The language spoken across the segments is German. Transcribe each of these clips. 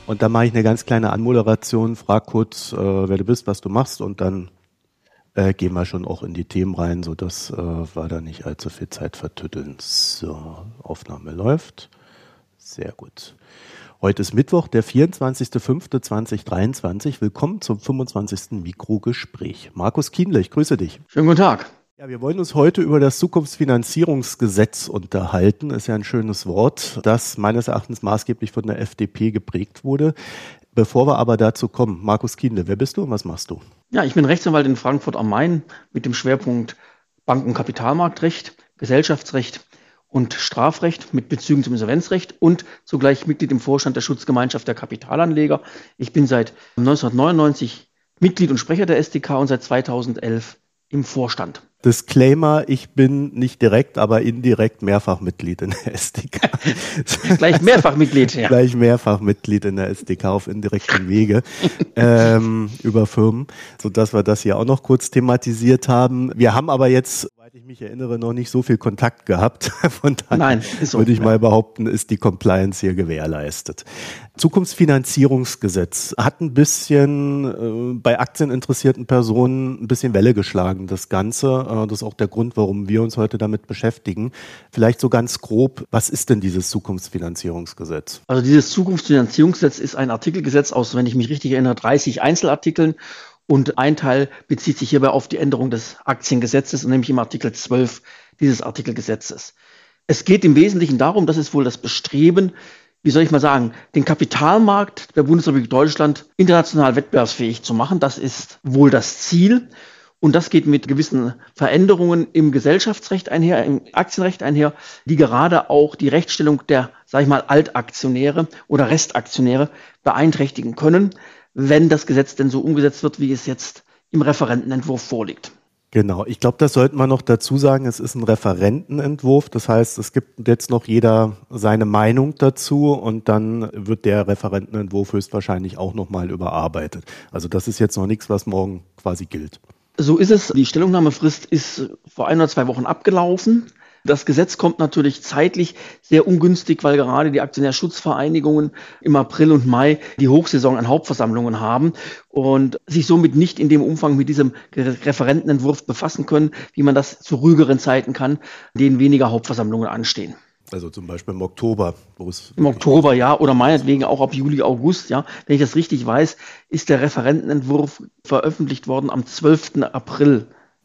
Und dann mache ich eine ganz kleine Anmoderation, frag kurz, wer du bist, was du machst und dann gehen wir schon auch in die Themen rein, sodass wir da nicht allzu viel Zeit vertütteln. So, Aufnahme läuft. Sehr gut. Heute ist Mittwoch, der 24.05.2023. Willkommen zum 25. Mikrogespräch. Markus Kienle, ich grüße dich. Schönen guten Tag. Ja, wir wollen uns heute über das Zukunftsfinanzierungsgesetz unterhalten. Ist ja ein schönes Wort, das meines Erachtens maßgeblich von der FDP geprägt wurde. Bevor wir aber dazu kommen, Markus Kienle, wer bist du und was machst du? Ja, ich bin Rechtsanwalt in Frankfurt am Main mit dem Schwerpunkt Banken- und Kapitalmarktrecht, Gesellschaftsrecht und Strafrecht mit Bezügen zum Insolvenzrecht und zugleich Mitglied im Vorstand der Schutzgemeinschaft der Kapitalanleger. Ich bin seit 1999 Mitglied und Sprecher der SDK und seit 2011 im Vorstand. Disclaimer, ich bin nicht direkt, aber indirekt mehrfach Mitglied in der SDK. Gleich mehrfach Mitglied, ja. Gleich mehrfach Mitglied in der SDK auf indirektem Wege über Firmen, sodass wir das hier auch noch kurz thematisiert haben. Wir haben aber jetzt, soweit ich mich erinnere, noch nicht so viel Kontakt gehabt. Von daher würde ich mal behaupten, ist die Compliance hier gewährleistet. Zukunftsfinanzierungsgesetz hat ein bisschen bei aktieninteressierten Personen ein bisschen Welle geschlagen, das Ganze. Das ist auch der Grund, warum wir uns heute damit beschäftigen. Vielleicht so ganz grob, was ist denn dieses Zukunftsfinanzierungsgesetz? Also dieses Zukunftsfinanzierungsgesetz ist ein Artikelgesetz aus, wenn ich mich richtig erinnere, 30 Einzelartikeln. Und ein Teil bezieht sich hierbei auf die Änderung des Aktiengesetzes, nämlich im Artikel 12 dieses Artikelgesetzes. Es geht im Wesentlichen darum, das ist wohl das Bestreben, wie soll ich mal sagen, den Kapitalmarkt der Bundesrepublik Deutschland international wettbewerbsfähig zu machen. Das ist wohl das Ziel. Und das geht mit gewissen Veränderungen im Gesellschaftsrecht einher, im Aktienrecht einher, die gerade auch die Rechtsstellung der, sag ich mal, Altaktionäre oder Restaktionäre beeinträchtigen können, wenn das Gesetz denn so umgesetzt wird, wie es jetzt im Referentenentwurf vorliegt. Genau, ich glaube, das sollten wir noch dazu sagen, es ist ein Referentenentwurf, das heißt, es gibt jetzt noch jeder seine Meinung dazu und dann wird der Referentenentwurf höchstwahrscheinlich auch nochmal überarbeitet. Also das ist jetzt noch nichts, was morgen quasi gilt. So ist es. Die Stellungnahmefrist ist vor 1 oder 2 Wochen abgelaufen. Das Gesetz kommt natürlich zeitlich sehr ungünstig, weil gerade die Aktionärschutzvereinigungen im April und Mai die Hochsaison an Hauptversammlungen haben und sich somit nicht in dem Umfang mit diesem Referentenentwurf befassen können, wie man das zu ruhigeren Zeiten kann, in denen weniger Hauptversammlungen anstehen. Also zum Beispiel im Oktober. Im Oktober, ja, oder meinetwegen auch ab Juli, August, ja. Wenn ich das richtig weiß, ist der Referentenentwurf veröffentlicht worden am 12. April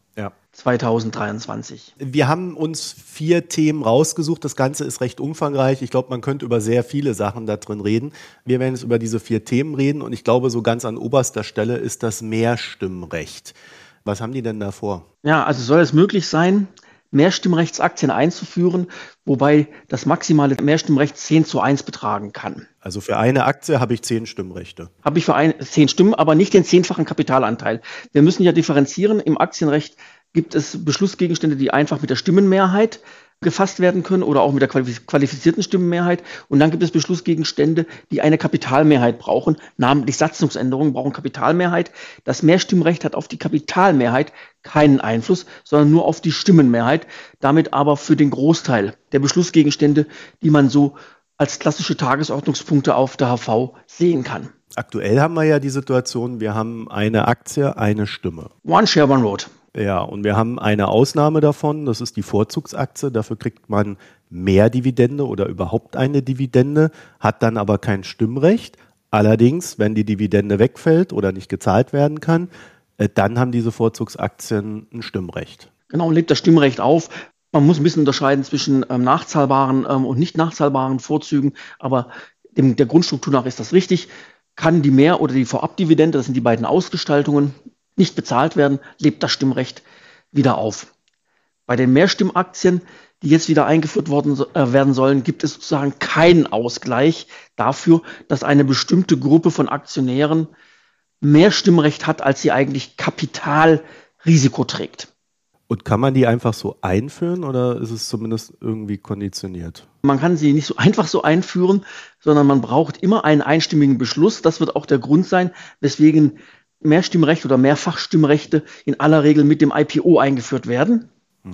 2023. Wir haben uns 4 Themen rausgesucht. Das Ganze ist recht umfangreich. Ich glaube, man könnte über sehr viele Sachen da drin reden. Wir werden jetzt über diese 4 Themen reden und ich glaube, so ganz an oberster Stelle ist das Mehrstimmrecht. Was haben die denn da vor? Ja, also soll es möglich sein, Mehrstimmrechtsaktien einzuführen, wobei das maximale Mehrstimmrecht 10:1 betragen kann. Also für eine Aktie habe ich 10 Stimmrechte. Habe ich für 10 Stimmen, aber nicht den 10-fachen Kapitalanteil. Wir müssen ja differenzieren. Im Aktienrecht gibt es Beschlussgegenstände, die einfach mit der Stimmenmehrheit gefasst werden können oder auch mit der qualifizierten Stimmenmehrheit. Und dann gibt es Beschlussgegenstände, die eine Kapitalmehrheit brauchen, namentlich Satzungsänderungen brauchen Kapitalmehrheit. Das Mehrstimmrecht hat auf die Kapitalmehrheit keinen Einfluss, sondern nur auf die Stimmenmehrheit. Damit aber für den Großteil der Beschlussgegenstände, die man so als klassische Tagesordnungspunkte auf der HV sehen kann. Aktuell haben wir ja die Situation, wir haben eine Aktie, eine Stimme. One Share, One Vote. Ja, und wir haben eine Ausnahme davon, das ist die Vorzugsaktie. Dafür kriegt man mehr Dividende oder überhaupt eine Dividende, hat dann aber kein Stimmrecht. Allerdings, wenn die Dividende wegfällt oder nicht gezahlt werden kann, dann haben diese Vorzugsaktien ein Stimmrecht. Genau, lebt das Stimmrecht auf. Man muss ein bisschen unterscheiden zwischen nachzahlbaren und nicht nachzahlbaren Vorzügen, aber der Grundstruktur nach ist das richtig. Kann die Mehr- oder die Vorabdividende, das sind die beiden Ausgestaltungen, nicht bezahlt werden, lebt das Stimmrecht wieder auf. Bei den Mehrstimmaktien, die jetzt wieder eingeführt werden sollen, gibt es sozusagen keinen Ausgleich dafür, dass eine bestimmte Gruppe von Aktionären mehr Stimmrecht hat, als sie eigentlich Kapitalrisiko trägt. Und kann man die einfach so einführen oder ist es zumindest irgendwie konditioniert? Man kann sie nicht so einfach so einführen, sondern man braucht immer einen einstimmigen Beschluss. Das wird auch der Grund sein, weswegen Mehrstimmrechte oder Mehrfachstimmrechte in aller Regel mit dem IPO eingeführt werden,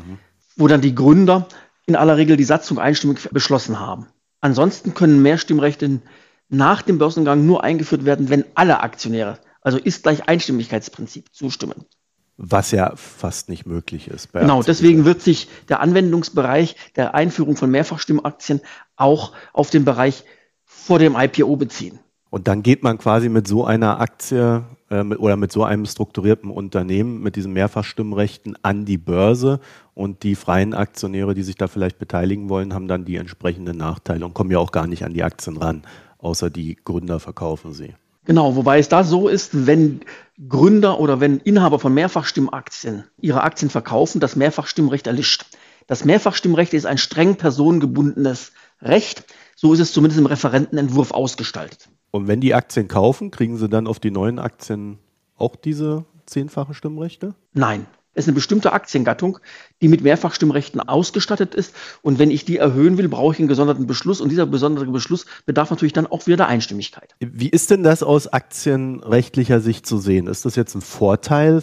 wo dann die Gründer in aller Regel die Satzung einstimmig beschlossen haben. Ansonsten können Mehrstimmrechte nach dem Börsengang nur eingeführt werden, wenn alle Aktionäre, also ist gleich Einstimmigkeitsprinzip, zustimmen. Was ja fast nicht möglich ist. Genau, deswegen wird sich der Anwendungsbereich der Einführung von Mehrfachstimmaktien auch auf den Bereich vor dem IPO beziehen. Und dann geht man quasi mit so einer Aktie oder mit so einem strukturierten Unternehmen, mit diesen Mehrfachstimmrechten an die Börse und die freien Aktionäre, die sich da vielleicht beteiligen wollen, haben dann die entsprechenden Nachteile und kommen ja auch gar nicht an die Aktien ran, außer die Gründer verkaufen sie. Genau, wobei es da so ist, wenn Gründer oder wenn Inhaber von Mehrfachstimmaktien ihre Aktien verkaufen, das Mehrfachstimmrecht erlischt. Das Mehrfachstimmrecht ist ein streng personengebundenes Recht. So ist es zumindest im Referentenentwurf ausgestaltet. Und wenn die Aktien kaufen, kriegen sie dann auf die neuen Aktien auch diese 10-fache Stimmrechte? Nein. Es ist eine bestimmte Aktiengattung, die mit Mehrfachstimmrechten ausgestattet ist. Und wenn ich die erhöhen will, brauche ich einen gesonderten Beschluss. Und dieser besondere Beschluss bedarf natürlich dann auch wieder der Einstimmigkeit. Wie ist denn das aus aktienrechtlicher Sicht zu sehen? Ist das jetzt ein Vorteil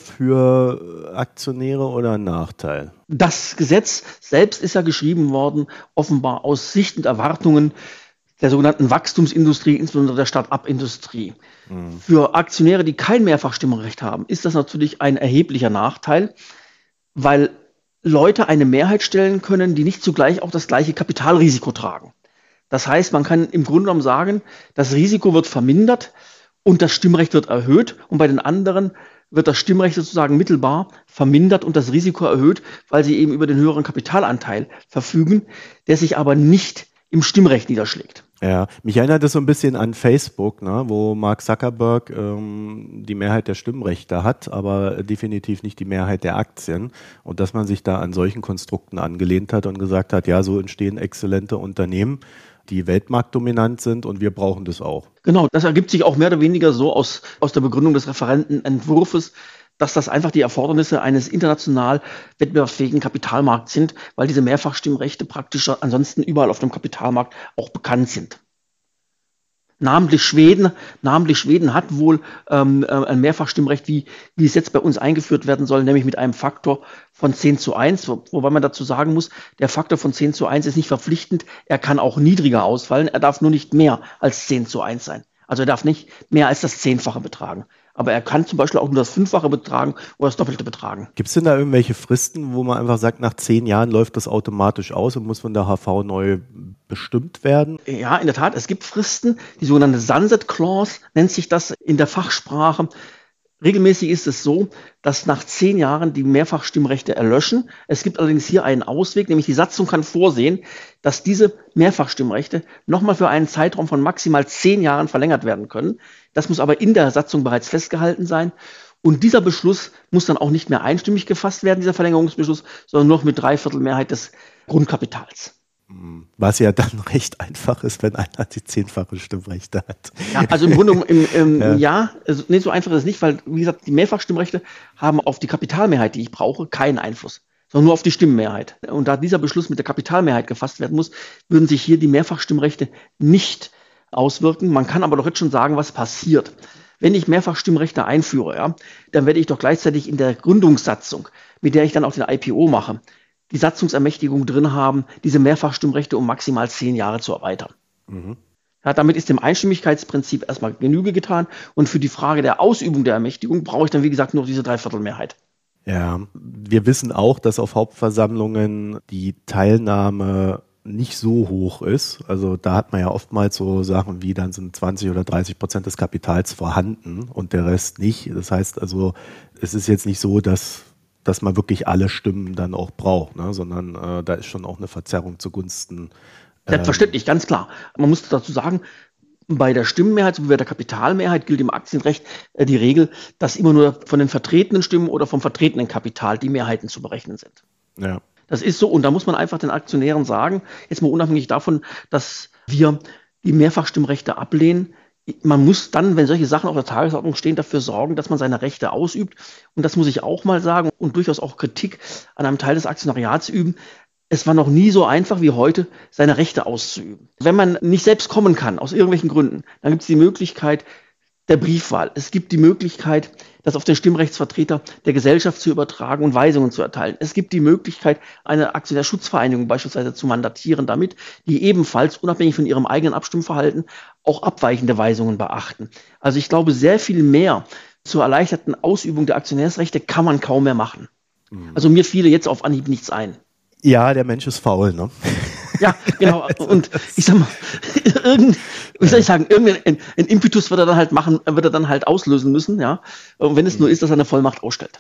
für Aktionäre oder ein Nachteil? Das Gesetz selbst ist ja geschrieben worden, offenbar aus Sicht und Erwartungen der sogenannten Wachstumsindustrie, insbesondere der Start-up-Industrie. Für Aktionäre, die kein Mehrfachstimmrecht haben, ist das natürlich ein erheblicher Nachteil, weil Leute eine Mehrheit stellen können, die nicht zugleich auch das gleiche Kapitalrisiko tragen. Das heißt, man kann im Grunde genommen sagen, das Risiko wird vermindert und das Stimmrecht wird erhöht und bei den anderen wird das Stimmrecht sozusagen mittelbar vermindert und das Risiko erhöht, weil sie eben über den höheren Kapitalanteil verfügen, der sich aber nicht im Stimmrecht niederschlägt. Ja, mich erinnert das so ein bisschen an Facebook, ne, wo Mark Zuckerberg die Mehrheit der Stimmrechte hat, aber definitiv nicht die Mehrheit der Aktien. Und dass man sich da an solchen Konstrukten angelehnt hat und gesagt hat, ja, so entstehen exzellente Unternehmen, die weltmarktdominant sind und wir brauchen das auch. Genau, das ergibt sich auch mehr oder weniger so aus der Begründung des Referentenentwurfs, dass das einfach die Erfordernisse eines international wettbewerbsfähigen Kapitalmarkts sind, weil diese Mehrfachstimmrechte praktisch ansonsten überall auf dem Kapitalmarkt auch bekannt sind. Namentlich Schweden hat wohl ein Mehrfachstimmrecht, wie es jetzt bei uns eingeführt werden soll, nämlich mit einem Faktor von 10:1, wobei man dazu sagen muss, der Faktor von 10:1 ist nicht verpflichtend, er kann auch niedriger ausfallen, er darf nur nicht mehr als 10:1 sein. Also er darf nicht mehr als das 10-fache betragen. Aber er kann zum Beispiel auch nur das 5-fache betragen oder das Doppelte betragen. Gibt es denn da irgendwelche Fristen, wo man einfach sagt, nach 10 Jahren läuft das automatisch aus und muss von der HV neu bestimmt werden? Ja, in der Tat, es gibt Fristen. Die sogenannte Sunset Clause nennt sich das in der Fachsprache. Regelmäßig ist es so, dass nach 10 Jahren die Mehrfachstimmrechte erlöschen. Es gibt allerdings hier einen Ausweg, nämlich die Satzung kann vorsehen, dass diese Mehrfachstimmrechte nochmal für einen Zeitraum von maximal 10 Jahren verlängert werden können. Das muss aber in der Satzung bereits festgehalten sein. Und dieser Beschluss muss dann auch nicht mehr einstimmig gefasst werden, dieser Verlängerungsbeschluss, sondern nur mit 3/4 Mehrheit des Grundkapitals. Was ja dann recht einfach ist, wenn einer die 10-fache Stimmrechte hat. Ja, also im Grunde so einfach ist es nicht, weil, wie gesagt, die Mehrfachstimmrechte haben auf die Kapitalmehrheit, die ich brauche, keinen Einfluss, sondern nur auf die Stimmenmehrheit. Und da dieser Beschluss mit der Kapitalmehrheit gefasst werden muss, würden sich hier die Mehrfachstimmrechte nicht auswirken. Man kann aber doch jetzt schon sagen, was passiert. Wenn ich Mehrfachstimmrechte einführe, ja, dann werde ich doch gleichzeitig in der Gründungssatzung, mit der ich dann auch den IPO mache, die Satzungsermächtigung drin haben, diese Mehrfachstimmrechte um maximal 10 Jahre zu erweitern. Ja, damit ist dem Einstimmigkeitsprinzip erstmal Genüge getan und für die Frage der Ausübung der Ermächtigung brauche ich dann, wie gesagt, nur diese 3/4 Mehrheit. Ja, wir wissen auch, dass auf Hauptversammlungen die Teilnahme nicht so hoch ist. Also da hat man ja oftmals so Sachen wie, dann sind 20 oder 30% des Kapitals vorhanden und der Rest nicht. Das heißt also, es ist jetzt nicht so, dass man wirklich alle Stimmen dann auch braucht, ne? Sondern da ist schon auch eine Verzerrung zugunsten. Selbstverständlich, ganz klar. Man muss dazu sagen, bei der Stimmenmehrheit sowie bei der Kapitalmehrheit gilt im Aktienrecht die Regel, dass immer nur von den vertretenen Stimmen oder vom vertretenen Kapital die Mehrheiten zu berechnen sind. Ja. Das ist so und da muss man einfach den Aktionären sagen, jetzt mal unabhängig davon, dass wir die Mehrfachstimmrechte ablehnen, man muss dann, wenn solche Sachen auf der Tagesordnung stehen, dafür sorgen, dass man seine Rechte ausübt. Und das muss ich auch mal sagen und durchaus auch Kritik an einem Teil des Aktionariats üben. Es war noch nie so einfach wie heute, seine Rechte auszuüben. Wenn man nicht selbst kommen kann, aus irgendwelchen Gründen, dann gibt es die Möglichkeit, der Briefwahl. Es gibt die Möglichkeit, das auf den Stimmrechtsvertreter der Gesellschaft zu übertragen und Weisungen zu erteilen. Es gibt die Möglichkeit, eine Aktionärschutzvereinigung beispielsweise zu mandatieren damit, die ebenfalls unabhängig von ihrem eigenen Abstimmverhalten auch abweichende Weisungen beachten. Also ich glaube, sehr viel mehr zur erleichterten Ausübung der Aktionärsrechte kann man kaum mehr machen. Also mir fiele jetzt auf Anhieb nichts ein. Ja, der Mensch ist faul, ne? Ja, genau. Und ich sag mal, irgendein Impetus wird er dann halt machen, wird er dann halt auslösen müssen, ja. Und wenn es nur ist, dass er eine Vollmacht ausstellt.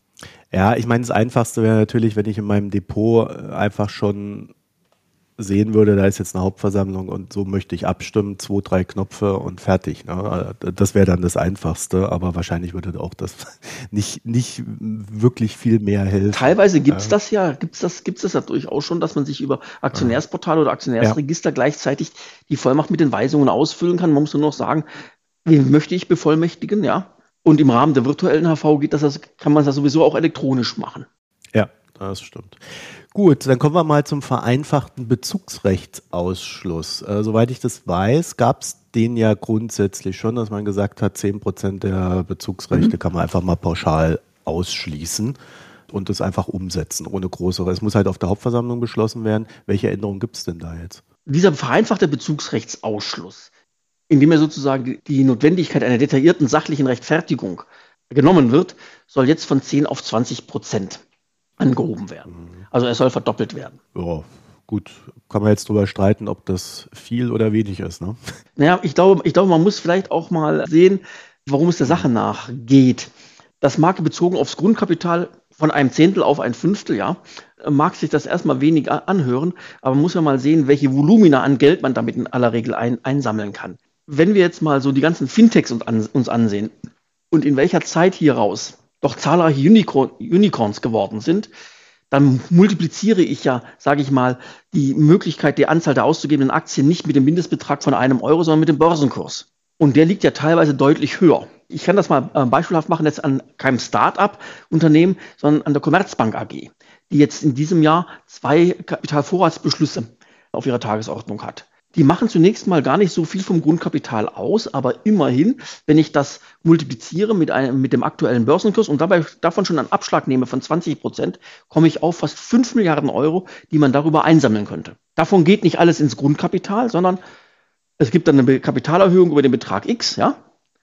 Ja, ich meine, das Einfachste wäre natürlich, wenn ich in meinem Depot einfach schon sehen würde, da ist jetzt eine Hauptversammlung und so möchte ich abstimmen, 2, 3 Knöpfe und fertig. Ne? Das wäre dann das Einfachste, aber wahrscheinlich würde auch das nicht wirklich viel mehr helfen. Teilweise gibt's das ja durchaus schon, dass man sich über Aktionärsportale oder Aktionärsregister gleichzeitig die Vollmacht mit den Weisungen ausfüllen kann. Man muss nur noch sagen, wen möchte ich bevollmächtigen, ja? Und im Rahmen der virtuellen HV kann man das sowieso auch elektronisch machen. Ja, das stimmt. Gut, dann kommen wir mal zum vereinfachten Bezugsrechtsausschluss. Soweit ich das weiß, gab es den ja grundsätzlich schon, dass man gesagt hat, 10% der Bezugsrechte kann man einfach mal pauschal ausschließen und das einfach umsetzen, ohne größere. Es muss halt auf der Hauptversammlung beschlossen werden. Welche Änderungen gibt es denn da jetzt? Dieser vereinfachte Bezugsrechtsausschluss, indem er sozusagen die Notwendigkeit einer detaillierten sachlichen Rechtfertigung genommen wird, soll jetzt von 10 auf 20% angehoben werden. Also er soll verdoppelt werden. Ja, gut. Kann man jetzt drüber streiten, ob das viel oder wenig ist, ne? Naja, ich glaube, man muss vielleicht auch mal sehen, warum es der Sache nachgeht. Das mag bezogen aufs Grundkapital von einem Zehntel auf ein Fünftel, ja, mag sich das erstmal wenig anhören, aber man muss ja mal sehen, welche Volumina an Geld man damit in aller Regel einsammeln kann. Wenn wir jetzt mal so die ganzen Fintechs uns ansehen und in welcher Zeit hieraus doch zahlreiche Unicorns geworden sind, dann multipliziere ich ja, sage ich mal, die Möglichkeit, die Anzahl der auszugebenden Aktien nicht mit dem Mindestbetrag von €1, sondern mit dem Börsenkurs. Und der liegt ja teilweise deutlich höher. Ich kann das mal beispielhaft machen, jetzt an keinem Start-up-Unternehmen, sondern an der Commerzbank AG, die jetzt in diesem Jahr 2 Kapitalvorratsbeschlüsse auf ihrer Tagesordnung hat. Die machen zunächst mal gar nicht so viel vom Grundkapital aus, aber immerhin, wenn ich das multipliziere mit dem aktuellen Börsenkurs und davon schon einen Abschlag nehme von 20%, komme ich auf fast 5 Milliarden Euro, die man darüber einsammeln könnte. Davon geht nicht alles ins Grundkapital, sondern es gibt dann eine Kapitalerhöhung über den Betrag X, ja,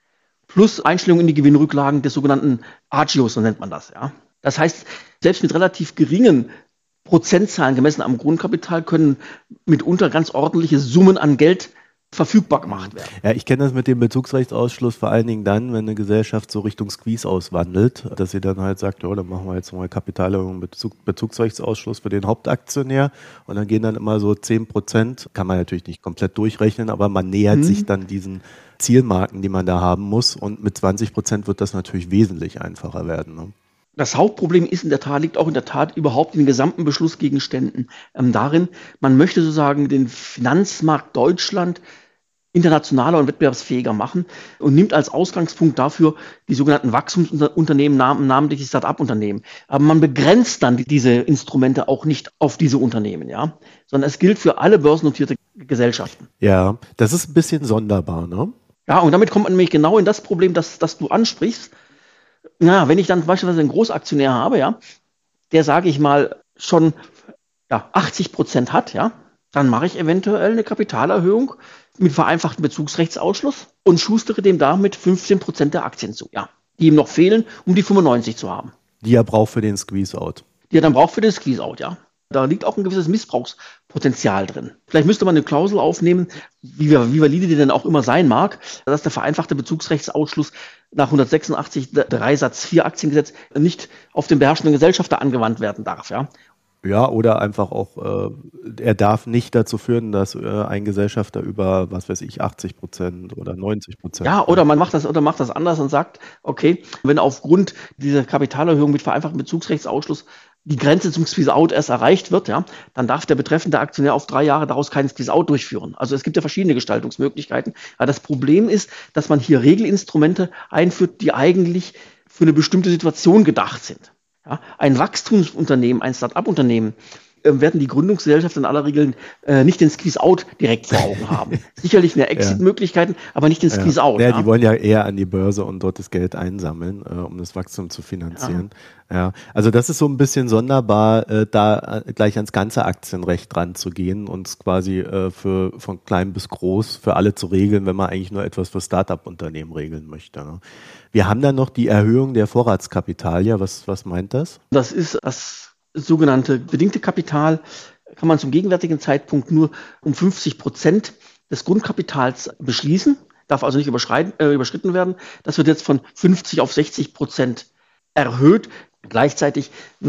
plus Einstellung in die Gewinnrücklagen des sogenannten Agios, so nennt man das, ja. Das heißt, selbst mit relativ geringen Prozentzahlen gemessen am Grundkapital können mitunter ganz ordentliche Summen an Geld verfügbar gemacht werden. Ja, ich kenne das mit dem Bezugsrechtsausschluss vor allen Dingen dann, wenn eine Gesellschaft so Richtung Squeeze auswandelt, dass sie dann halt sagt, ja, dann machen wir jetzt mal Kapitalerhöhung mit Bezugsrechtsausschluss für den Hauptaktionär und dann gehen dann immer so 10%, kann man natürlich nicht komplett durchrechnen, aber man nähert sich dann diesen Zielmarken, die man da haben muss und mit 20% wird das natürlich wesentlich einfacher werden, ne? Das Hauptproblem liegt auch in der Tat überhaupt in den gesamten Beschlussgegenständen darin, man möchte sozusagen den Finanzmarkt Deutschland internationaler und wettbewerbsfähiger machen und nimmt als Ausgangspunkt dafür die sogenannten Wachstumsunternehmen, namentlich die Start-up-Unternehmen. Aber man begrenzt dann diese Instrumente auch nicht auf diese Unternehmen, ja, sondern es gilt für alle börsennotierte Gesellschaften. Ja, das ist ein bisschen sonderbar, ne? Ja, und damit kommt man nämlich genau in das Problem, das du ansprichst. Na, wenn ich dann beispielsweise einen Großaktionär habe, ja, der, sage ich mal, schon 80% hat, ja, dann mache ich eventuell eine Kapitalerhöhung mit vereinfachten Bezugsrechtsausschluss und schustere dem damit 15% der Aktien zu, ja, die ihm noch fehlen, um die 95 zu haben. Die er braucht für den Squeeze-Out. Die er dann braucht für den Squeeze-Out, ja. Da liegt auch ein gewisses Missbrauchspotenzial drin. Vielleicht müsste man eine Klausel aufnehmen, wie valide die denn auch immer sein mag, dass der vereinfachte Bezugsrechtsausschluss nach 186.3 Satz 4 Aktiengesetz nicht auf den beherrschenden Gesellschafter angewandt werden darf, ja. Ja, oder einfach auch, er darf nicht dazu führen, dass ein Gesellschafter über, was weiß ich, 80% oder 90%. Ja, oder man macht das anders und sagt, okay, wenn aufgrund dieser Kapitalerhöhung mit vereinfachtem Bezugsrechtsausschluss die Grenze zum Squeeze-Out erst erreicht wird, ja, dann darf der betreffende Aktionär auf 3 Jahre daraus keinen Squeeze-Out durchführen. Also es gibt ja verschiedene Gestaltungsmöglichkeiten. Aber das Problem ist, dass man hier Regelinstrumente einführt, die eigentlich für eine bestimmte Situation gedacht sind. Ja, ein Wachstumsunternehmen, ein Start-up-Unternehmen werden die Gründungsgesellschaften in aller Regel nicht den Squeeze-Out direkt vor Augen haben. Sicherlich eine Exit-Möglichkeiten, aber nicht den Squeeze-Out. Ja, die wollen ja eher an die Börse und dort das Geld einsammeln, um das Wachstum zu finanzieren. Ja, also das ist so ein bisschen sonderbar, da gleich ans ganze Aktienrecht ranzugehen und es quasi von klein bis groß für alle zu regeln, wenn man eigentlich nur etwas für Start-up-Unternehmen regeln möchte. Ne? Wir haben dann noch die Erhöhung der Vorratskapitalia. Was meint das? Das ist das sogenannte bedingte Kapital, kann man zum gegenwärtigen Zeitpunkt nur um 50% des Grundkapitals beschließen, darf also nicht überschritten werden. Das wird jetzt von 50 auf 60% erhöht. Gleichzeitig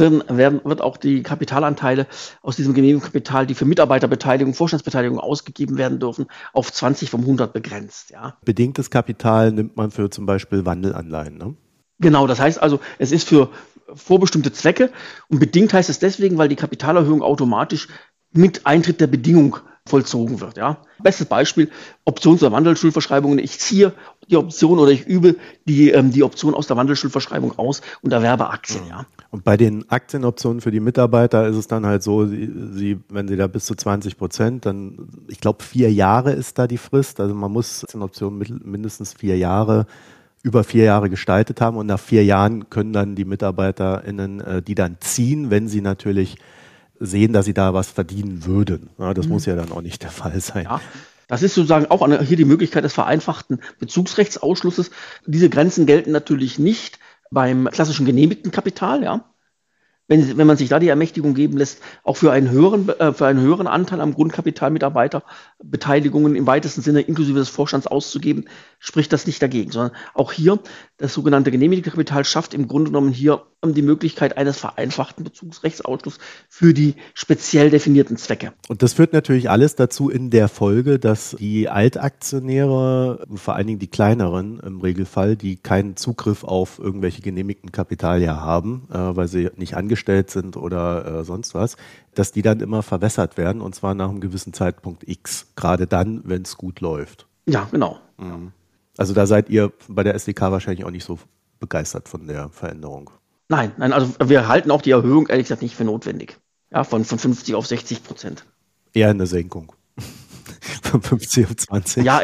wird auch die Kapitalanteile aus diesem Genehmigungskapital, die für Mitarbeiterbeteiligung, Vorstandsbeteiligung ausgegeben werden dürfen, auf 20 vom 100 begrenzt. Ja. Bedingtes Kapital nimmt man für zum Beispiel Wandelanleihen, ne? Genau, das heißt also, es ist für vorbestimmte Zwecke und bedingt heißt es deswegen, weil die Kapitalerhöhung automatisch mit Eintritt der Bedingung vollzogen wird. Ja. Bestes Beispiel, Options- oder Wandelschuldverschreibungen. Ich ziehe die Option oder ich übe die Option aus der Wandelschuldverschreibung aus und erwerbe Aktien. Ja. Und bei den Aktienoptionen für die Mitarbeiter ist es dann halt so, wenn sie da bis zu 20%, dann, ich glaube 4 Jahre ist da die Frist. Also man muss Aktienoptionen mindestens 4 Jahre über 4 Jahre gestaltet haben und nach 4 Jahren können dann die MitarbeiterInnen die dann ziehen, wenn sie natürlich sehen, dass sie da was verdienen würden. Ja, das muss ja dann auch nicht der Fall sein. Ja, das ist sozusagen auch hier die Möglichkeit des vereinfachten Bezugsrechtsausschlusses. Diese Grenzen gelten natürlich nicht beim klassischen genehmigten Kapital, ja. Wenn man sich da die Ermächtigung geben lässt, auch für einen höheren Anteil am Grundkapital Mitarbeiterbeteiligungen im weitesten Sinne inklusive des Vorstands auszugeben, spricht das nicht dagegen, sondern auch hier das sogenannte genehmigte Kapital schafft im Grunde genommen hier die Möglichkeit eines vereinfachten Bezugsrechtsausschlusses für die speziell definierten Zwecke. Und das führt natürlich alles dazu in der Folge, dass die Altaktionäre, vor allen Dingen die kleineren im Regelfall, die keinen Zugriff auf irgendwelche genehmigten Kapitalien haben, weil sie nicht angestellt sind oder sonst was, dass die dann immer verwässert werden und zwar nach einem gewissen Zeitpunkt X. Gerade dann, wenn es gut läuft. Ja, genau. Also da seid ihr bei der SDK wahrscheinlich auch nicht so begeistert von der Veränderung. Nein, also wir halten auch die Erhöhung ehrlich gesagt nicht für notwendig. Ja, von 50 auf 60%. Eher eine Senkung. Von 50 auf 20. Ja,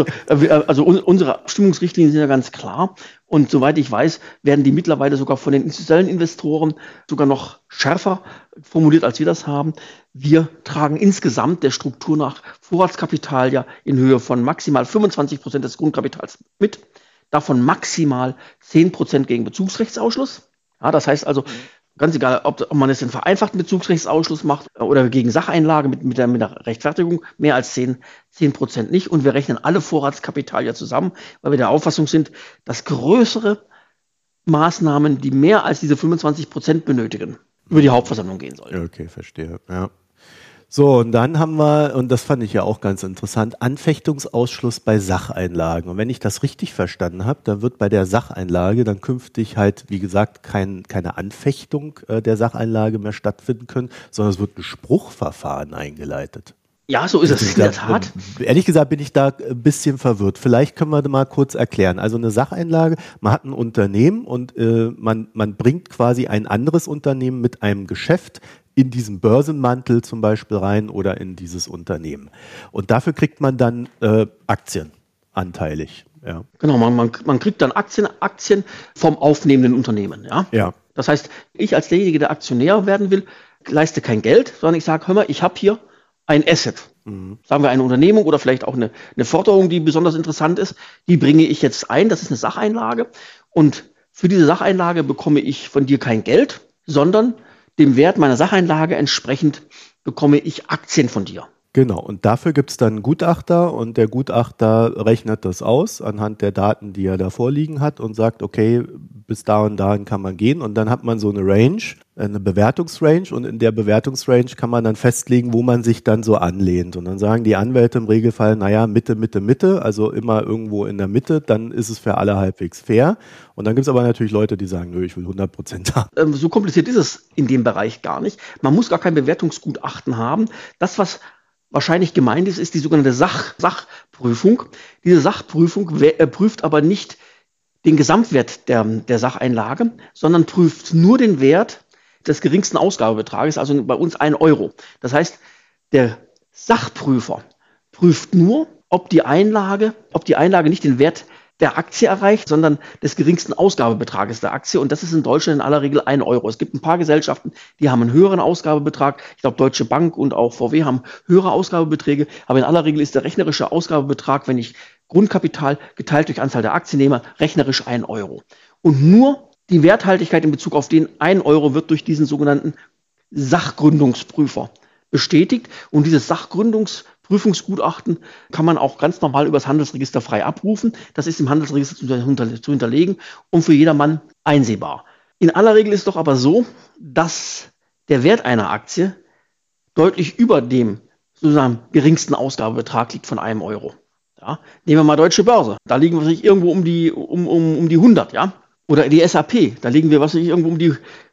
also unsere Abstimmungsrichtlinien sind ja ganz klar. Und soweit ich weiß, werden die mittlerweile sogar von den institutionellen Investoren sogar noch schärfer formuliert, als wir das haben. Wir tragen insgesamt der Struktur nach Vorratskapital ja in Höhe von maximal 25% des Grundkapitals mit. Davon maximal 10% gegen Bezugsrechtsausschluss. Ja, das heißt also, ganz egal, ob man es in vereinfachten Bezugsrechtsausschluss macht oder gegen Sacheinlage mit der Rechtfertigung, mehr als 10% nicht. Und wir rechnen alle Vorratskapital ja zusammen, weil wir der Auffassung sind, dass größere Maßnahmen, die mehr als diese 25% benötigen, über die Hauptversammlung gehen sollen. Okay, verstehe. Ja. So, und dann haben wir, und das fand ich ja auch ganz interessant, Anfechtungsausschluss bei Sacheinlagen. Und wenn ich das richtig verstanden habe, dann wird bei der Sacheinlage dann künftig halt, wie gesagt, keine Anfechtung der Sacheinlage mehr stattfinden können, sondern es wird ein Spruchverfahren eingeleitet. Ja, so ist es in der Tat. Ehrlich gesagt bin ich da ein bisschen verwirrt. Vielleicht können wir mal kurz erklären. Also eine Sacheinlage, man hat ein Unternehmen und man bringt quasi ein anderes Unternehmen mit einem Geschäft in diesen Börsenmantel zum Beispiel rein oder in dieses Unternehmen. Und dafür kriegt man dann Aktien anteilig. Ja. Genau, man kriegt dann Aktien vom aufnehmenden Unternehmen. Ja? Ja. Das heißt, ich als derjenige, der Aktionär werden will, leiste kein Geld, sondern ich sage, hör mal, ich habe hier ein Asset. Sagen wir eine Unternehmung oder vielleicht auch eine Forderung, die besonders interessant ist, die bringe ich jetzt ein, das ist eine Sacheinlage und für diese Sacheinlage bekomme ich von dir kein Geld, sondern dem Wert meiner Sacheinlage entsprechend bekomme ich Aktien von dir. Genau, und dafür gibt es dann einen Gutachter und der Gutachter rechnet das aus anhand der Daten, die er da vorliegen hat und sagt, okay, bis da und dahin kann man gehen und dann hat man so eine Range, eine Bewertungsrange und in der Bewertungsrange kann man dann festlegen, wo man sich dann so anlehnt und dann sagen die Anwälte im Regelfall, naja, Mitte, also immer irgendwo in der Mitte, dann ist es für alle halbwegs fair und dann gibt es aber natürlich Leute, die sagen, nö, ich will 100% haben. So kompliziert ist es in dem Bereich gar nicht. Man muss gar kein Bewertungsgutachten haben. Das, was wahrscheinlich gemeint ist die sogenannte Sachprüfung. Diese Sachprüfung prüft aber nicht den Gesamtwert der Sacheinlage, sondern prüft nur den Wert des geringsten Ausgabebetrages, also bei uns 1 Euro. Das heißt, der Sachprüfer prüft nur, ob die Einlage nicht den Wert der Aktie erreicht, sondern des geringsten Ausgabebetrages der Aktie. Und das ist in Deutschland in aller Regel 1 Euro. Es gibt ein paar Gesellschaften, die haben einen höheren Ausgabebetrag. Ich glaube, Deutsche Bank und auch VW haben höhere Ausgabebeträge. Aber in aller Regel ist der rechnerische Ausgabebetrag, wenn ich Grundkapital geteilt durch Anzahl der Aktien nehme, rechnerisch 1 Euro. Und nur die Werthaltigkeit in Bezug auf den 1 Euro wird durch diesen sogenannten Sachgründungsprüfer bestätigt. Und dieses Sachgründungsprüfungsgutachten kann man auch ganz normal über das Handelsregister frei abrufen. Das ist im Handelsregister zu hinterlegen und für jedermann einsehbar. In aller Regel ist es doch aber so, dass der Wert einer Aktie deutlich über dem sozusagen geringsten Ausgabebetrag liegt von 1 Euro. Ja, nehmen wir mal Deutsche Börse. Da liegen wir irgendwo um die 100, ja. Oder die SAP, da liegen wir irgendwo um die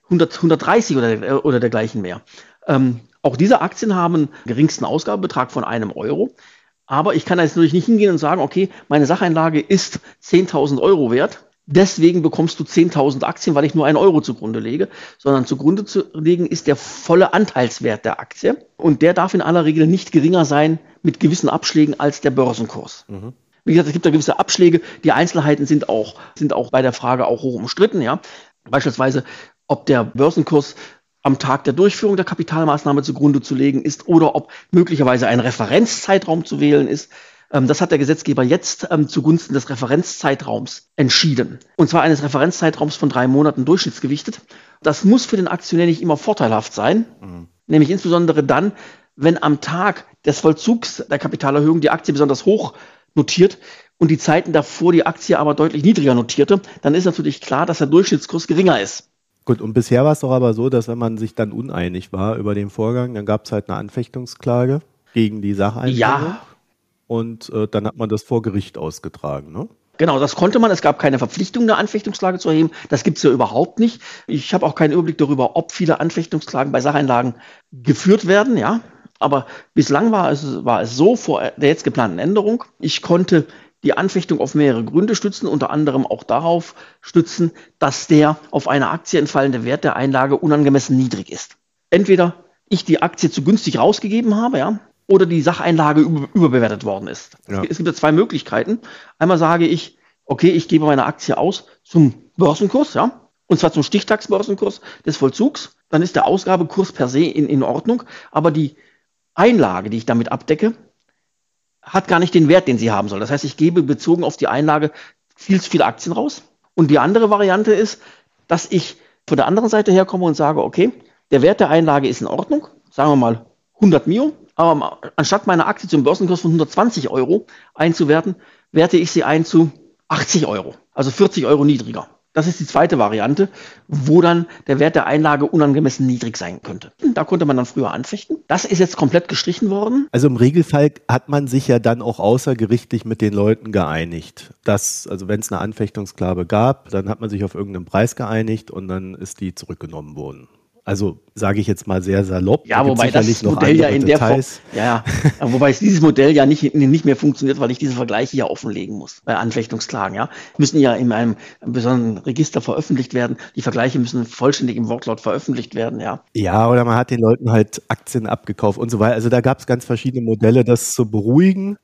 130 oder dergleichen mehr. Auch diese Aktien haben einen geringsten Ausgabebetrag von 1 Euro. Aber ich kann jetzt natürlich nicht hingehen und sagen, okay, meine Sacheinlage ist 10.000 Euro wert. Deswegen bekommst du 10.000 Aktien, weil ich nur 1 Euro zugrunde lege. Sondern zugrunde zu legen ist der volle Anteilswert der Aktie. Und der darf in aller Regel nicht geringer sein mit gewissen Abschlägen als der Börsenkurs. Mhm. Wie gesagt, es gibt da gewisse Abschläge. Die Einzelheiten sind auch bei der Frage auch hoch umstritten. Ja? Beispielsweise, ob der Börsenkurs am Tag der Durchführung der Kapitalmaßnahme zugrunde zu legen ist oder ob möglicherweise ein Referenzzeitraum zu wählen ist. Das hat der Gesetzgeber jetzt zugunsten des Referenzzeitraums entschieden. Und zwar eines Referenzzeitraums von 3 Monaten durchschnittsgewichtet. Das muss für den Aktionär nicht immer vorteilhaft sein, nämlich insbesondere dann, wenn am Tag des Vollzugs der Kapitalerhöhung die Aktie besonders hoch notiert und die Zeiten davor die Aktie aber deutlich niedriger notierte, dann ist natürlich klar, dass der Durchschnittskurs geringer ist. Gut, und bisher war es doch aber so, dass wenn man sich dann uneinig war über den Vorgang, dann gab es halt eine Anfechtungsklage gegen die Sacheinlegung. Ja. Und dann hat man das vor Gericht ausgetragen, ne? Genau, das konnte man. Es gab keine Verpflichtung, eine Anfechtungsklage zu erheben. Das gibt es ja überhaupt nicht. Ich habe auch keinen Überblick darüber, ob viele Anfechtungsklagen bei Sacheinlagen geführt werden, ja. Aber bislang war es so vor der jetzt geplanten Änderung. Ich konnte die Anfechtung auf mehrere Gründe stützen, unter anderem auch darauf stützen, dass der auf eine Aktie entfallende Wert der Einlage unangemessen niedrig ist. Entweder ich die Aktie zu günstig rausgegeben habe, ja, oder die Sacheinlage überbewertet worden ist. Ja. Es gibt ja 2 Möglichkeiten. Einmal sage ich, okay, ich gebe meine Aktie aus zum Börsenkurs, ja, und zwar zum Stichtagsbörsenkurs des Vollzugs. Dann ist der Ausgabekurs per se in Ordnung, aber die Einlage, die ich damit abdecke, hat gar nicht den Wert, den sie haben soll. Das heißt, ich gebe bezogen auf die Einlage viel zu viele Aktien raus. Und die andere Variante ist, dass ich von der anderen Seite herkomme und sage, okay, der Wert der Einlage ist in Ordnung, sagen wir mal 100 Mio, aber anstatt meine Aktie zum Börsenkurs von 120 Euro einzuwerten, werte ich sie ein zu 80 Euro, also 40 Euro niedriger. Das ist die zweite Variante, wo dann der Wert der Einlage unangemessen niedrig sein könnte. Da konnte man dann früher anfechten. Das ist jetzt komplett gestrichen worden. Also im Regelfall hat man sich ja dann auch außergerichtlich mit den Leuten geeinigt. Also wenn es eine Anfechtungsklage gab, dann hat man sich auf irgendeinen Preis geeinigt und dann ist die zurückgenommen worden. Also sage ich jetzt mal sehr salopp. Ja, wobei das Modell ja in der Form, wobei dieses Modell ja nicht mehr funktioniert, weil ich diese Vergleiche hier offenlegen muss bei Anfechtungsklagen. Ja, müssen ja in einem besonderen Register veröffentlicht werden. Die Vergleiche müssen vollständig im Wortlaut veröffentlicht werden. Ja. Ja, oder man hat den Leuten halt Aktien abgekauft und so weiter. Also da gab es ganz verschiedene Modelle, das zu beruhigen.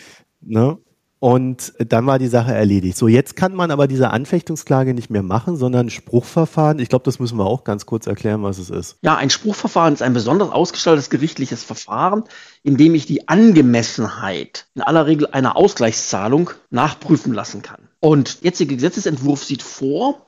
Ne? Und dann war die Sache erledigt. So, jetzt kann man aber diese Anfechtungsklage nicht mehr machen, sondern ein Spruchverfahren. Ich glaube, das müssen wir auch ganz kurz erklären, was es ist. Ja, ein Spruchverfahren ist ein besonders ausgestaltetes gerichtliches Verfahren, in dem ich die Angemessenheit in aller Regel einer Ausgleichszahlung nachprüfen lassen kann. Und der jetzige Gesetzesentwurf sieht vor,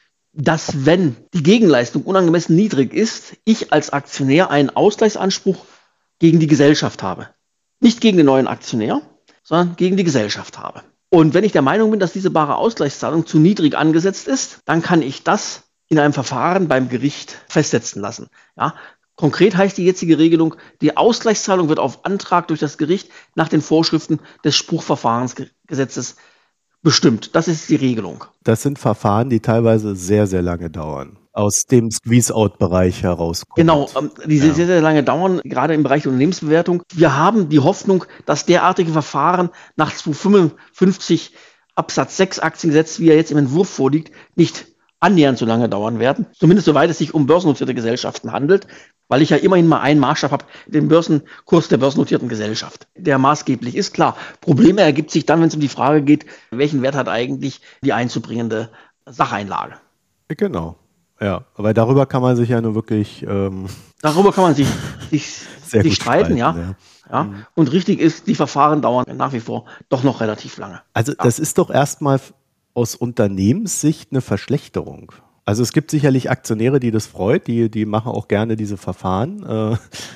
dass, wenn die Gegenleistung unangemessen niedrig ist, ich als Aktionär einen Ausgleichsanspruch gegen die Gesellschaft habe. Nicht gegen den neuen Aktionär, sondern gegen die Gesellschaft habe. Und wenn ich der Meinung bin, dass diese bare Ausgleichszahlung zu niedrig angesetzt ist, dann kann ich das in einem Verfahren beim Gericht festsetzen lassen. Ja, konkret heißt die jetzige Regelung, die Ausgleichszahlung wird auf Antrag durch das Gericht nach den Vorschriften des Spruchverfahrensgesetzes bestimmt. Das ist die Regelung. Das sind Verfahren, die teilweise sehr, sehr lange dauern. Aus dem Squeeze-Out-Bereich herauskommt. Genau, die sehr, sehr lange dauern, gerade im Bereich der Unternehmensbewertung. Wir haben die Hoffnung, dass derartige Verfahren nach 255 Absatz 6 Aktiengesetz, wie er jetzt im Entwurf vorliegt, nicht annähernd so lange dauern werden. Zumindest soweit es sich um börsennotierte Gesellschaften handelt, weil ich ja immerhin mal einen Maßstab habe, den Börsenkurs der börsennotierten Gesellschaft, der maßgeblich ist. Klar, Probleme ergibt sich dann, wenn es um die Frage geht, welchen Wert hat eigentlich die einzubringende Sacheinlage. Genau, ja. Aber darüber kann man sich ja nur wirklich darüber kann man sich streiten, ja. Ja. Mhm. Und richtig ist, die Verfahren dauern nach wie vor doch noch relativ lange. Also das ist doch erstmal aus Unternehmenssicht eine Verschlechterung. Also es gibt sicherlich Aktionäre, die das freut, die machen auch gerne diese Verfahren.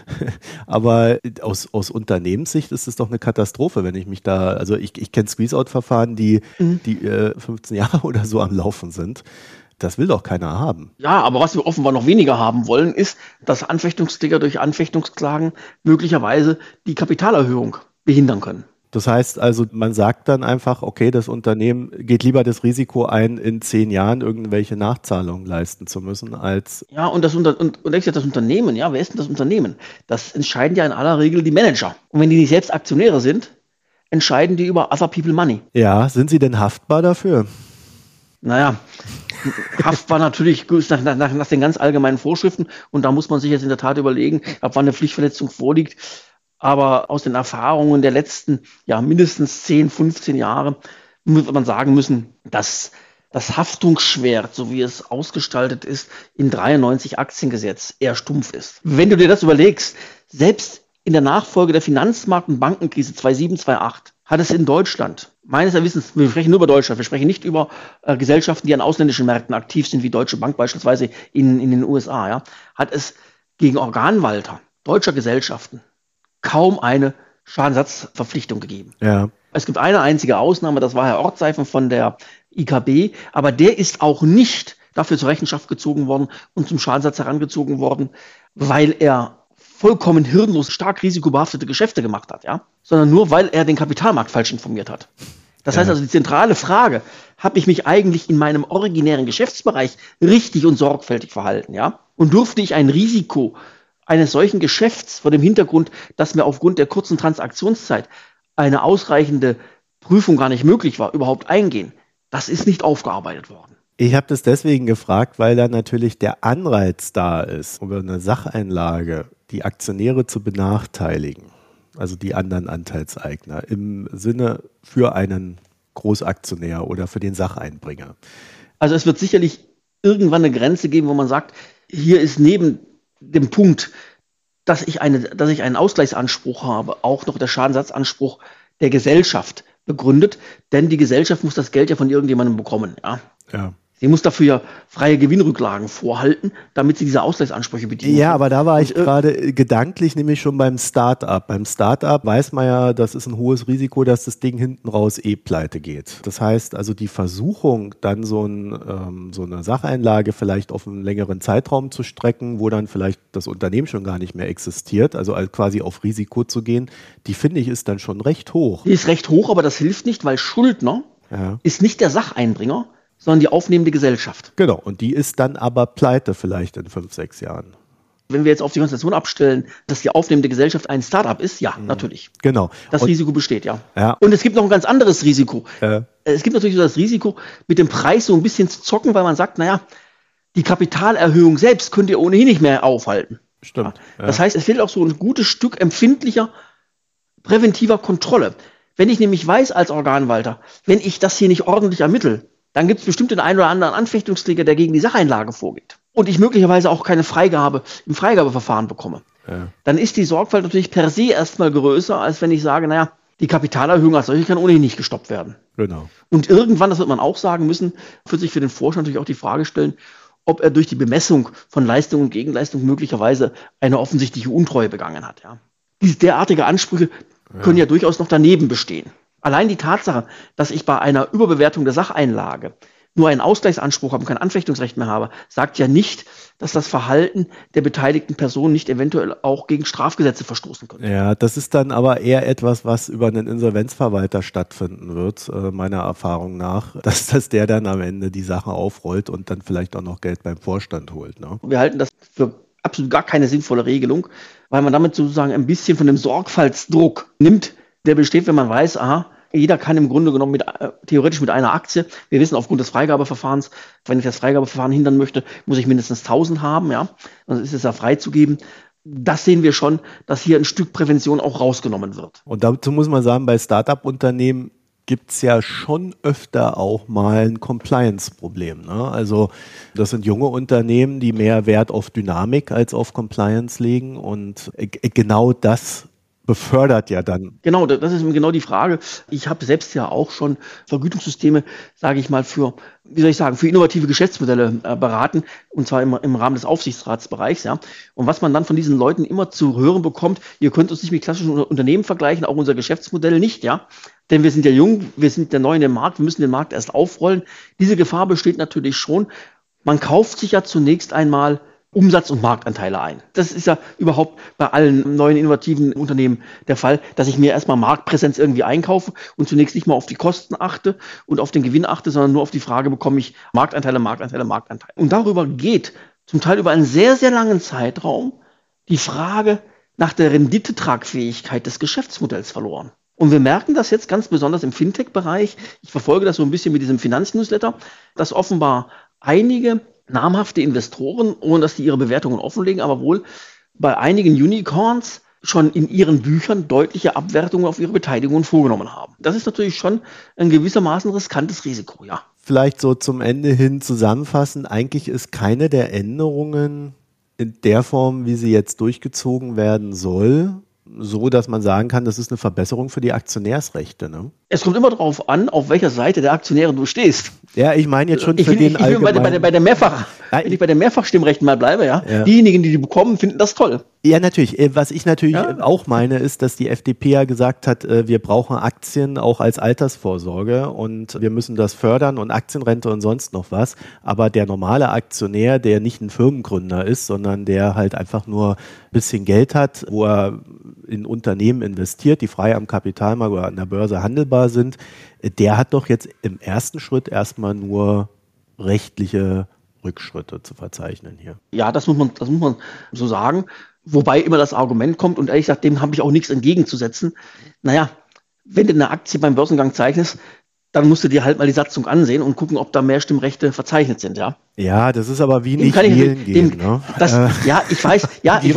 Aber aus Unternehmenssicht ist es doch eine Katastrophe, wenn ich mich da, also ich kenne Squeeze-Out-Verfahren, die 15 Jahre oder so am Laufen sind. Das will doch keiner haben. Ja, aber was wir offenbar noch weniger haben wollen, ist, dass Anfechtungskläger durch Anfechtungsklagen möglicherweise die Kapitalerhöhung behindern können. Das heißt also, man sagt dann einfach, okay, das Unternehmen geht lieber das Risiko ein, in 10 Jahren irgendwelche Nachzahlungen leisten zu müssen, als... Ja, und das Unternehmen, ja, wer ist denn das Unternehmen? Das entscheiden ja in aller Regel die Manager. Und wenn die nicht selbst Aktionäre sind, entscheiden die über other people money. Ja, sind sie denn haftbar dafür? Naja, haftbar natürlich nach den ganz allgemeinen Vorschriften. Und da muss man sich jetzt in der Tat überlegen, ab wann eine Pflichtverletzung vorliegt. Aber aus den Erfahrungen der letzten, mindestens 10, 15 Jahre wird man sagen müssen, dass das Haftungsschwert, so wie es ausgestaltet ist, im 93 Aktiengesetz eher stumpf ist. Wenn du dir das überlegst, selbst in der Nachfolge der Finanzmarkt- und Bankenkrise 2007, 2008 hat es in Deutschland, meines Erachtens, wir sprechen nur über Deutschland, wir sprechen nicht über Gesellschaften, die an ausländischen Märkten aktiv sind, wie Deutsche Bank beispielsweise in den USA, hat es gegen Organwalter deutscher Gesellschaften kaum eine Schadensersatzverpflichtung gegeben. Ja. Es gibt eine einzige Ausnahme, das war Herr Ortseifen von der IKB, aber der ist auch nicht dafür zur Rechenschaft gezogen worden und zum Schadensersatz herangezogen worden, weil er vollkommen hirnlos stark risikobehaftete Geschäfte gemacht hat, sondern nur, weil er den Kapitalmarkt falsch informiert hat. Das heißt also, die zentrale Frage, habe ich mich eigentlich in meinem originären Geschäftsbereich richtig und sorgfältig verhalten, Und durfte ich ein Risiko eines solchen Geschäfts vor dem Hintergrund, dass mir aufgrund der kurzen Transaktionszeit eine ausreichende Prüfung gar nicht möglich war, überhaupt eingehen. Das ist nicht aufgearbeitet worden. Ich habe das deswegen gefragt, weil da natürlich der Anreiz da ist, über eine Sacheinlage die Aktionäre zu benachteiligen, also die anderen Anteilseigner, im Sinne für einen Großaktionär oder für den Sacheinbringer. Also es wird sicherlich irgendwann eine Grenze geben, wo man sagt, hier ist neben dem Punkt, dass ich einen Ausgleichsanspruch habe, auch noch der Schadensersatzanspruch der Gesellschaft begründet, denn die Gesellschaft muss das Geld ja von irgendjemandem bekommen, Ja. Sie muss dafür ja freie Gewinnrücklagen vorhalten, damit sie diese Ausgleichsansprüche bedienen. Ja, aber da war ich gerade gedanklich nämlich schon beim Start-up. Beim Start-up weiß man ja, das ist ein hohes Risiko, dass das Ding hinten raus pleite geht. Das heißt also, die Versuchung, dann so eine Sacheinlage vielleicht auf einen längeren Zeitraum zu strecken, wo dann vielleicht das Unternehmen schon gar nicht mehr existiert, also quasi auf Risiko zu gehen, die finde ich ist dann schon recht hoch. Die ist recht hoch, aber das hilft nicht, weil Schuldner ist nicht der Sacheinbringer, sondern die aufnehmende Gesellschaft. Genau, und die ist dann aber pleite vielleicht in 5, 6 Jahren. Wenn wir jetzt auf die Konstellation abstellen, dass die aufnehmende Gesellschaft ein Start-up ist, natürlich. Genau. Das Risiko besteht, ja. Ja. Und es gibt noch ein ganz anderes Risiko. Es gibt natürlich so das Risiko, mit dem Preis so ein bisschen zu zocken, weil man sagt, die Kapitalerhöhung selbst könnt ihr ohnehin nicht mehr aufhalten. Stimmt. Ja. Das heißt, es fehlt auch so ein gutes Stück empfindlicher, präventiver Kontrolle. Wenn ich nämlich weiß als Organwalter, wenn ich das hier nicht ordentlich ermittle, dann gibt es bestimmt den einen oder anderen Anfechtungskläger, der gegen die Sacheinlage vorgeht. Und ich möglicherweise auch keine Freigabe im Freigabeverfahren bekomme. Dann ist die Sorgfalt natürlich per se erstmal größer, als wenn ich sage, die Kapitalerhöhung als solche kann ohnehin nicht gestoppt werden. Genau. Und irgendwann, das wird man auch sagen müssen, wird sich für den Vorstand natürlich auch die Frage stellen, ob er durch die Bemessung von Leistung und Gegenleistung möglicherweise eine offensichtliche Untreue begangen hat. Diese derartige Ansprüche können ja durchaus noch daneben bestehen. Allein die Tatsache, dass ich bei einer Überbewertung der Sacheinlage nur einen Ausgleichsanspruch habe und kein Anfechtungsrecht mehr habe, sagt ja nicht, dass das Verhalten der beteiligten Person nicht eventuell auch gegen Strafgesetze verstoßen könnte. Ja, das ist dann aber eher etwas, was über einen Insolvenzverwalter stattfinden wird, meiner Erfahrung nach, dass der dann am Ende die Sache aufrollt und dann vielleicht auch noch Geld beim Vorstand holt. Ne? Wir halten das für absolut gar keine sinnvolle Regelung, weil man damit sozusagen ein bisschen von dem Sorgfaltsdruck nimmt, der besteht, wenn man weiß, jeder kann im Grunde genommen theoretisch mit einer Aktie, wir wissen aufgrund des Freigabeverfahrens, wenn ich das Freigabeverfahren hindern möchte, muss ich mindestens 1000 haben, ja, dann ist es ja freizugeben. Das sehen wir schon, dass hier ein Stück Prävention auch rausgenommen wird. Und dazu muss man sagen, bei Start-up-Unternehmen gibt es ja schon öfter auch mal ein Compliance-Problem. Ne? Also das sind junge Unternehmen, die mehr Wert auf Dynamik als auf Compliance legen und genau das befördert ja dann. Genau, das ist genau die Frage. Ich habe selbst ja auch schon Vergütungssysteme, sage ich mal, für innovative Geschäftsmodelle beraten, und zwar im Rahmen des Aufsichtsratsbereichs. Ja. Und was man dann von diesen Leuten immer zu hören bekommt, ihr könnt uns nicht mit klassischen Unternehmen vergleichen, auch unser Geschäftsmodell nicht, ja. Denn wir sind ja jung, wir sind ja neu in dem Markt, wir müssen den Markt erst aufrollen. Diese Gefahr besteht natürlich schon. Man kauft sich ja zunächst einmal Umsatz- und Marktanteile ein. Das ist ja überhaupt bei allen neuen innovativen Unternehmen der Fall, dass ich mir erstmal Marktpräsenz irgendwie einkaufe und zunächst nicht mal auf die Kosten achte und auf den Gewinn achte, sondern nur auf die Frage, bekomme ich Marktanteile. Und darüber geht zum Teil über einen sehr, sehr langen Zeitraum die Frage nach der Renditetragfähigkeit des Geschäftsmodells verloren. Und wir merken das jetzt ganz besonders im Fintech-Bereich. Ich verfolge das so ein bisschen mit diesem Finanznewsletter, dass offenbar einige namhafte Investoren, ohne dass die ihre Bewertungen offenlegen, aber wohl bei einigen Unicorns schon in ihren Büchern deutliche Abwertungen auf ihre Beteiligungen vorgenommen haben. Das ist natürlich schon ein gewissermaßen riskantes Risiko, ja. Vielleicht so zum Ende hin zusammenfassen, eigentlich ist keine der Änderungen in der Form, wie sie jetzt durchgezogen werden soll, so, dass man sagen kann, das ist eine Verbesserung für die Aktionärsrechte, ne? Es kommt immer darauf an, auf welcher Seite der Aktionäre du stehst. Ja, ich meine jetzt schon für den allgemeinen... Wenn ich bei der Mehrfachstimmrechten mal bleibe, ja, diejenigen, die bekommen, finden das toll. Ja, natürlich. Was ich natürlich auch meine, ist, dass die FDP ja gesagt hat, wir brauchen Aktien auch als Altersvorsorge und wir müssen das fördern und Aktienrente und sonst noch was. Aber der normale Aktionär, der nicht ein Firmengründer ist, sondern der halt einfach nur ein bisschen Geld hat, wo er in Unternehmen investiert, die frei am Kapitalmarkt oder an der Börse handelbar sind, der hat doch jetzt im ersten Schritt erstmal nur rechtliche Rückschritte zu verzeichnen hier. Ja, das muss man so sagen. Wobei immer das Argument kommt, und ehrlich gesagt, dem habe ich auch nichts entgegenzusetzen. Naja, wenn du eine Aktie beim Börsengang zeichnest, dann musst du dir halt mal die Satzung ansehen und gucken, ob da Mehrstimmrechte verzeichnet sind, ja. Ja, das ist aber wie nicht wählen gehen, ne? Ich weiß,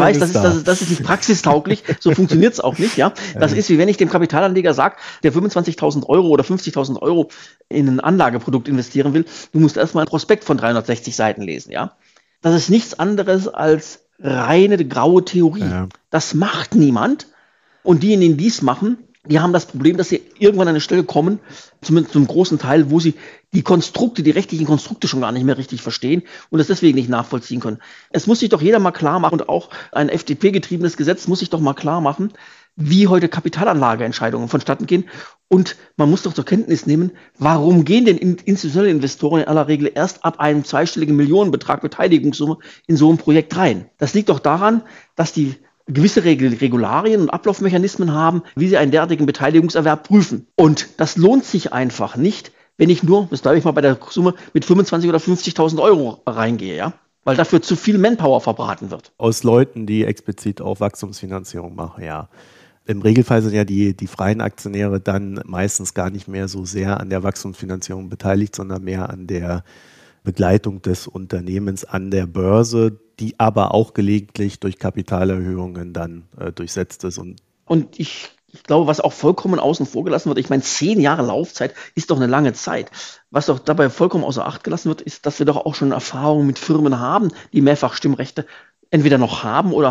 das ist nicht praxistauglich, so funktioniert es auch nicht, ja. Das ist, wie wenn ich dem Kapitalanleger sage, der 25.000 Euro oder 50.000 Euro in ein Anlageprodukt investieren will, du musst erstmal ein Prospekt von 360 Seiten lesen, ja. Das ist nichts anderes als reine graue Theorie. Ja. Das macht niemand. Und diejenigen, die es machen, die haben das Problem, dass sie irgendwann an eine Stelle kommen, zumindest zum großen Teil, wo sie die rechtlichen Konstrukte schon gar nicht mehr richtig verstehen und es deswegen nicht nachvollziehen können. Es muss sich doch jeder mal klar machen, und auch ein FDP-getriebenes Gesetz muss sich doch mal klar machen, wie heute Kapitalanlageentscheidungen vonstatten gehen. Und man muss doch zur Kenntnis nehmen, warum gehen denn institutionelle Investoren in aller Regel erst ab einem zweistelligen Millionenbetrag Beteiligungssumme in so ein Projekt rein? Das liegt doch daran, dass die gewisse Regularien und Ablaufmechanismen haben, wie sie einen derartigen Beteiligungserwerb prüfen. Und das lohnt sich einfach nicht, wenn ich nur, das bleibe ich mal bei der Summe, mit 25.000 oder 50.000 Euro reingehe, ja? Weil dafür zu viel Manpower verbraten wird. Aus Leuten, die explizit auch Wachstumsfinanzierung machen, ja. Im Regelfall sind ja die freien Aktionäre dann meistens gar nicht mehr so sehr an der Wachstumsfinanzierung beteiligt, sondern mehr an der Begleitung des Unternehmens an der Börse, die aber auch gelegentlich durch Kapitalerhöhungen dann durchsetzt ist. Und ich glaube, was auch vollkommen außen vor gelassen wird, ich meine, 10 Jahre Laufzeit ist doch eine lange Zeit. Was doch dabei vollkommen außer Acht gelassen wird, ist, dass wir doch auch schon Erfahrungen mit Firmen haben, die Mehrfachstimmrechte entweder noch haben oder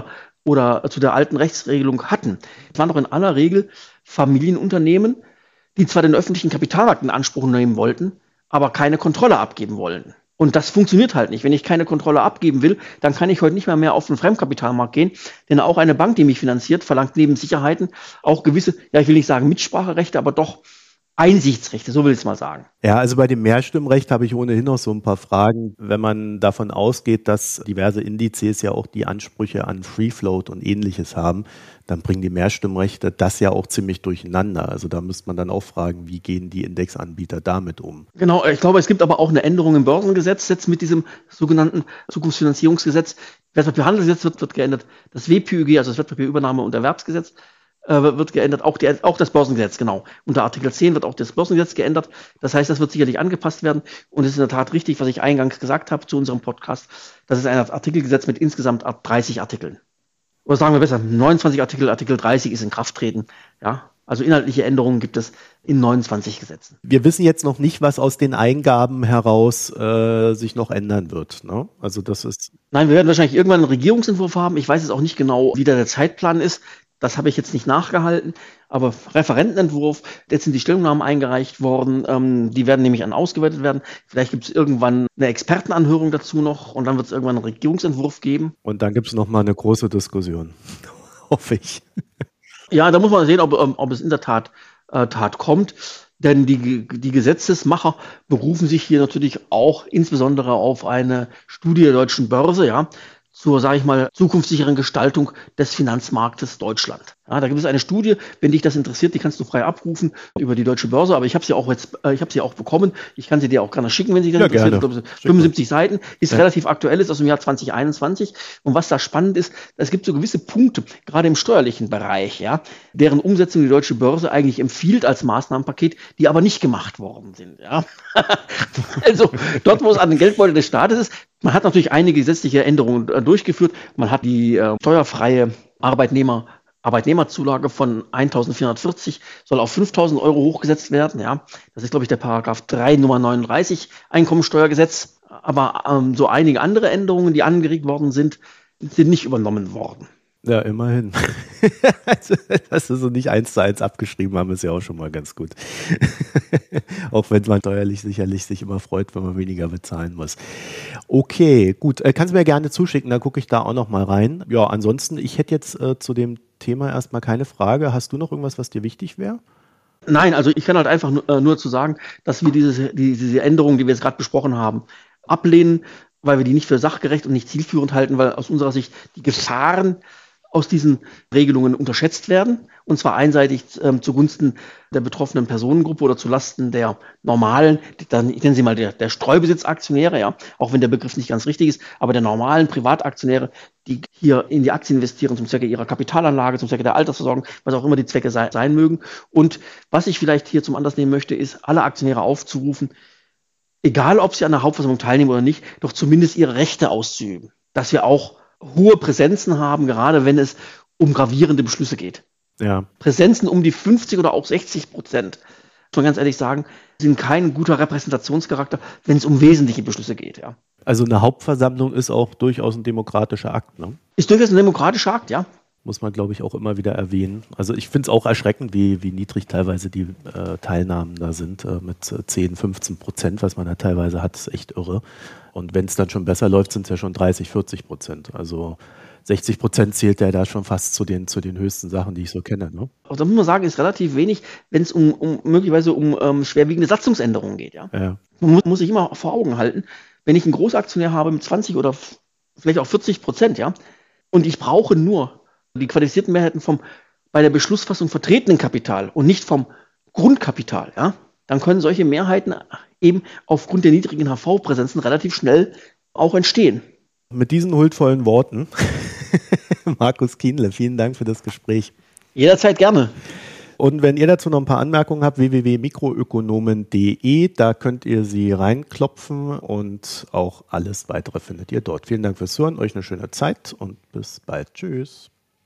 zu der alten Rechtsregelung hatten. Es waren doch in aller Regel Familienunternehmen, die zwar den öffentlichen Kapitalmarkt in Anspruch nehmen wollten, aber keine Kontrolle abgeben wollen. Und das funktioniert halt nicht. Wenn ich keine Kontrolle abgeben will, dann kann ich heute nicht mehr auf den Fremdkapitalmarkt gehen, denn auch eine Bank, die mich finanziert, verlangt neben Sicherheiten auch gewisse, ja, ich will nicht sagen Mitspracherechte, aber doch Einsichtsrechte, so will ich es mal sagen. Ja, also bei dem Mehrstimmrecht habe ich ohnehin noch so ein paar Fragen. Wenn man davon ausgeht, dass diverse Indizes ja auch die Ansprüche an Free Float und Ähnliches haben, dann bringen die Mehrstimmrechte das ja auch ziemlich durcheinander. Also da müsste man dann auch fragen, wie gehen die Indexanbieter damit um? Genau, ich glaube, es gibt aber auch eine Änderung im Börsengesetz jetzt mit diesem sogenannten Zukunftsfinanzierungsgesetz. Wertpapierhandelsgesetz wird geändert. Das WPÜG, also das Wertpapierübernahme- und Erwerbsgesetz, wird geändert, auch das Börsengesetz, genau. Unter Artikel 10 wird auch das Börsengesetz geändert. Das heißt, das wird sicherlich angepasst werden. Und es ist in der Tat richtig, was ich eingangs gesagt habe zu unserem Podcast. Das ist ein Artikelgesetz mit insgesamt 30 Artikeln. Oder sagen wir besser, 29 Artikel, Artikel 30 ist in Kraft treten. Ja, also inhaltliche Änderungen gibt es in 29 Gesetzen. Wir wissen jetzt noch nicht, was aus den Eingaben heraus sich noch ändern wird. Ne? Also das ist. Nein, wir werden wahrscheinlich irgendwann einen Regierungsentwurf haben. Ich weiß jetzt auch nicht genau, wie da der Zeitplan ist. Das habe ich jetzt nicht nachgehalten. Aber Referentenentwurf, jetzt sind die Stellungnahmen eingereicht worden. Die werden nämlich ausgewertet werden. Vielleicht gibt es irgendwann eine Expertenanhörung dazu noch und dann wird es irgendwann einen Regierungsentwurf geben. Und dann gibt es nochmal eine große Diskussion. Hoffe ich. Ja, da muss man sehen, ob es in der Tat kommt. Denn die Gesetzesmacher berufen sich hier natürlich auch insbesondere auf eine Studie der Deutschen Börse, ja, zur, sage ich mal, zukunftssicheren Gestaltung des Finanzmarktes Deutschland. Ja, da gibt es eine Studie, wenn dich das interessiert, die kannst du frei abrufen über die Deutsche Börse, aber ich habe sie auch bekommen. Ich kann sie dir auch gerne schicken, wenn sie dich interessiert. Ich glaube, 75 Seiten, ist relativ aktuell, ist aus dem Jahr 2021. Und was da spannend ist, es gibt so gewisse Punkte, gerade im steuerlichen Bereich, ja, deren Umsetzung die Deutsche Börse eigentlich empfiehlt als Maßnahmenpaket, die aber nicht gemacht worden sind. Ja. Also dort, wo es an den Geldbeutel des Staates ist, man hat natürlich einige gesetzliche Änderungen durchgeführt. Man hat die steuerfreie Arbeitnehmerzulage von 1.440 soll auf 5.000 Euro hochgesetzt werden. Ja, das ist, glaube ich, der Paragraph 3 Nummer 39 Einkommensteuergesetz. Aber so einige andere Änderungen, die angeregt worden sind nicht übernommen worden. Ja, immerhin. Also, dass sie so nicht 1:1 abgeschrieben haben, ist ja auch schon mal ganz gut. Auch wenn man steuerlich sicherlich sich immer freut, wenn man weniger bezahlen muss. Okay, gut. Kannst du mir gerne zuschicken, dann gucke ich da auch noch mal rein. Ja, ansonsten, ich hätte jetzt zu dem Thema erstmal keine Frage. Hast du noch irgendwas, was dir wichtig wäre? Nein, also ich kann halt einfach nur zu sagen, dass wir diese Änderungen, die wir jetzt gerade besprochen haben, ablehnen, weil wir die nicht für sachgerecht und nicht zielführend halten, weil aus unserer Sicht die Gefahren aus diesen Regelungen unterschätzt werden, und zwar einseitig zugunsten der betroffenen Personengruppe oder zulasten der normalen, ich nenne sie mal der Streubesitzaktionäre, ja, auch wenn der Begriff nicht ganz richtig ist, aber der normalen Privataktionäre, die hier in die Aktien investieren zum Zwecke ihrer Kapitalanlage, zum Zwecke der Altersversorgung, was auch immer die Zwecke sein mögen. Und was ich vielleicht hier zum Anlass nehmen möchte, ist, alle Aktionäre aufzurufen, egal ob sie an der Hauptversammlung teilnehmen oder nicht, doch zumindest ihre Rechte auszuüben. Dass wir auch hohe Präsenzen haben, gerade wenn es um gravierende Beschlüsse geht. Ja. Präsenzen um die 50 oder auch 60%, muss man ganz ehrlich sagen, sind kein guter Repräsentationscharakter, wenn es um wesentliche Beschlüsse geht. Ja. Also eine Hauptversammlung ist auch durchaus ein demokratischer Akt, ne? Ist durchaus ein demokratischer Akt, ja. Muss man, glaube ich, auch immer wieder erwähnen. Also ich finde es auch erschreckend, wie niedrig teilweise die Teilnahmen da sind, mit 10-15%, was man da teilweise hat, ist echt irre. Und wenn es dann schon besser läuft, sind es ja schon 30-40%. Also 60% zählt ja da schon fast zu den höchsten Sachen, die ich so kenne. Ne? Also da muss man sagen, ist relativ wenig, wenn es möglicherweise um schwerwiegende Satzungsänderungen geht. Ja? Ja. Man muss sich immer vor Augen halten, wenn ich einen Großaktionär habe mit 20 oder vielleicht auch 40%, ja, und ich brauche nur die qualifizierten Mehrheiten vom bei der Beschlussfassung vertretenen Kapital und nicht vom Grundkapital, ja, dann können solche Mehrheiten eben aufgrund der niedrigen HV-Präsenzen relativ schnell auch entstehen. Mit diesen huldvollen Worten, Markus Kienle, vielen Dank für das Gespräch. Jederzeit gerne. Und wenn ihr dazu noch ein paar Anmerkungen habt, www.mikroökonomen.de, da könnt ihr sie reinklopfen und auch alles weitere findet ihr dort. Vielen Dank fürs Hören, euch eine schöne Zeit und bis bald. Tschüss.